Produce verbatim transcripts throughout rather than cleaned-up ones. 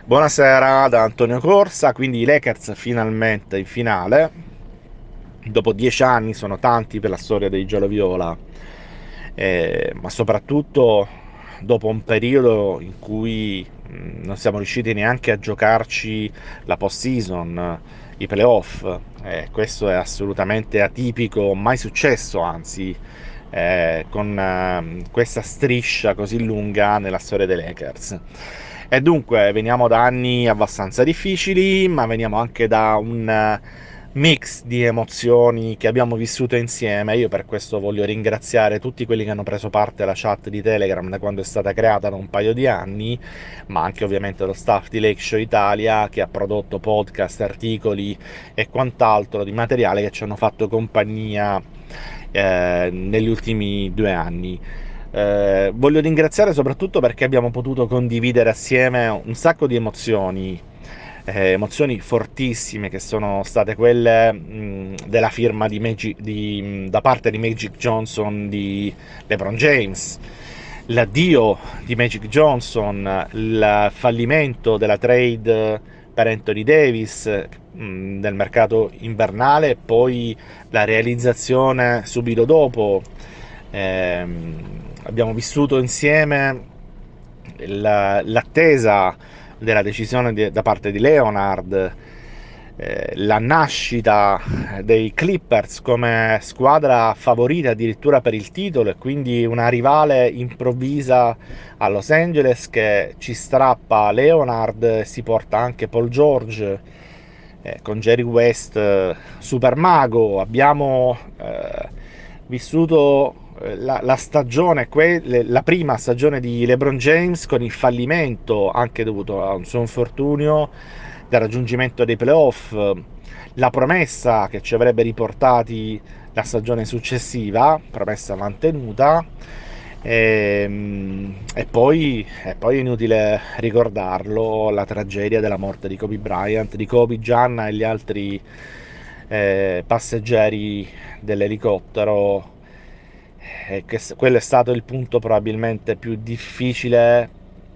Buonasera da Antonio Corsa, quindi i Lakers finalmente in finale, dopo dieci anni, sono tanti per la storia dei gialloviola, eh, ma soprattutto dopo un periodo in cui mh, non siamo riusciti neanche a giocarci la post-season, i playoff. Eh, questo è assolutamente atipico, mai successo anzi, eh, con eh, questa striscia così lunga nella storia dei Lakers. E dunque veniamo da anni abbastanza difficili, ma veniamo anche da un eh, mix di emozioni che abbiamo vissuto insieme. Io per questo voglio ringraziare tutti quelli che hanno preso parte alla chat di Telegram da quando è stata creata da un paio di anni, ma anche ovviamente lo staff di Lake Show Italia che ha prodotto podcast, articoli e quant'altro di materiale che ci hanno fatto compagnia eh, negli ultimi due anni. Eh, voglio ringraziare soprattutto perché abbiamo potuto condividere assieme un sacco di emozioni, eh, emozioni fortissime che sono state quelle mh, della firma di Magic, di, mh, da parte di Magic Johnson di LeBron James, l'addio di Magic Johnson, il fallimento della trade per Anthony Davis mh, nel mercato invernale e poi la realizzazione subito dopo. Ehm, abbiamo vissuto insieme la- l'attesa della decisione di- da parte di Leonard, eh, la nascita dei Clippers come squadra favorita addirittura per il titolo e quindi una rivale improvvisa a Los Angeles che ci strappa Leonard e si porta anche Paul George, eh, con Jerry West, eh, super mago. Abbiamo eh, vissuto eh, la, la stagione, que- le- la prima stagione di LeBron James con il fallimento, anche dovuto a un suo infortunio, del raggiungimento dei playoff, la promessa che ci avrebbe riportati la stagione successiva, promessa mantenuta, e, e poi, e poi è inutile ricordarlo, la tragedia della morte di Kobe Bryant, di Kobe, Gianna e gli altri eh, passeggeri dell'elicottero, e che quello è stato il punto probabilmente più difficile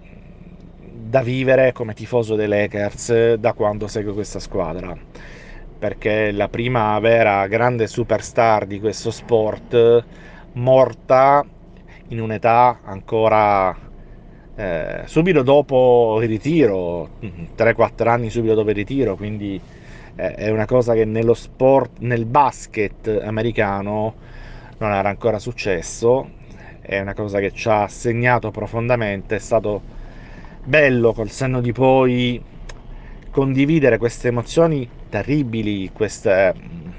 da vivere come tifoso dei Lakers da quando seguo questa squadra, perché la prima vera grande superstar di questo sport morta in un'età ancora eh, subito dopo il ritiro, tre quattro anni subito dopo il ritiro, quindi eh, è una cosa che nello sport, nel basket americano non era ancora successo, è una cosa che ci ha segnato profondamente, è stato bello col senno di poi condividere queste emozioni terribili, queste,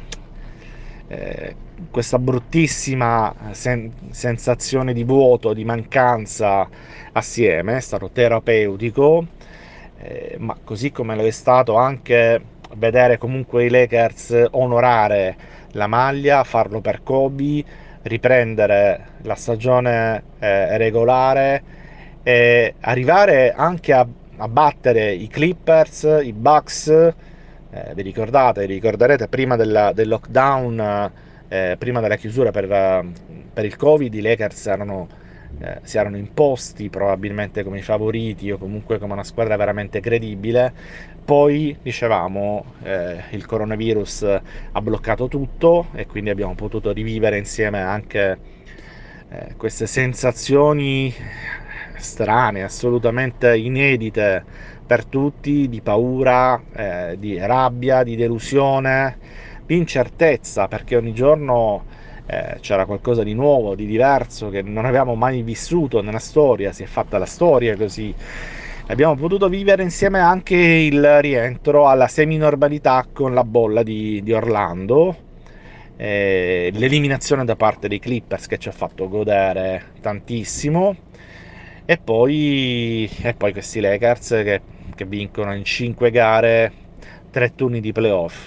eh, questa bruttissima sen- sensazione di vuoto, di mancanza assieme, è stato terapeutico, eh, ma così come lo è stato anche vedere comunque i Lakers onorare la maglia, farlo per Kobe, riprendere la stagione eh, regolare e arrivare anche a, a battere i Clippers, i Bucks. Eh, vi ricordate, vi ricorderete prima della, del lockdown, eh, prima della chiusura per, eh, per il Covid, i Lakers erano, eh, si erano imposti probabilmente come i favoriti o comunque come una squadra veramente credibile. Poi, dicevamo, eh, il coronavirus ha bloccato tutto e quindi abbiamo potuto rivivere insieme anche eh, queste sensazioni strane, assolutamente inedite per tutti, di paura, eh, di rabbia, di delusione, di incertezza, perché ogni giorno eh, c'era qualcosa di nuovo, di diverso, che non avevamo mai vissuto nella storia, si è fatta la storia così. Abbiamo potuto vivere insieme anche il rientro alla semi-normalità con la bolla di, di Orlando, eh, l'eliminazione da parte dei Clippers che ci ha fatto godere tantissimo, e poi, e poi questi Lakers che, che vincono in cinque gare tre turni di playoff,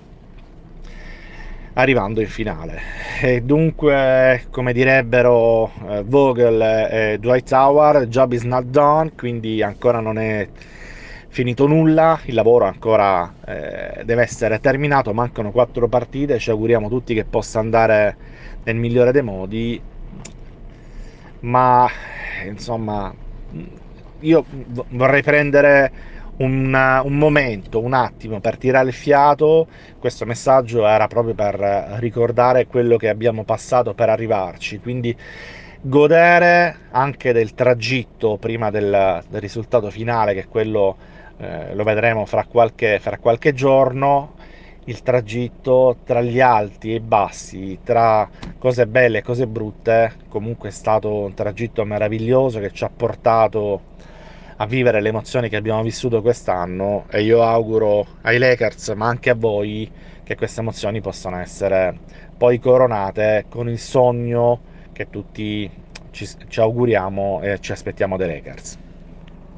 arrivando in finale. E dunque, come direbbero eh, Vogel e Dwight Howard, job is not done, quindi ancora non è finito nulla, il lavoro ancora eh, deve essere terminato, mancano quattro partite, ci auguriamo tutti che possa andare nel migliore dei modi, ma insomma io vorrei prendere un, un momento, un attimo per tirare il fiato. Questo messaggio era proprio per ricordare quello che abbiamo passato per arrivarci, quindi godere anche del tragitto prima del, del risultato finale, che quello eh, lo vedremo fra qualche, fra qualche giorno. Il tragitto tra gli alti e i bassi, tra cose belle e cose brutte, comunque è stato un tragitto meraviglioso che ci ha portato a vivere le emozioni che abbiamo vissuto quest'anno, e io auguro ai Lakers, ma anche a voi, che queste emozioni possano essere poi coronate con il sogno che tutti ci, ci auguriamo e ci aspettiamo dei Lakers.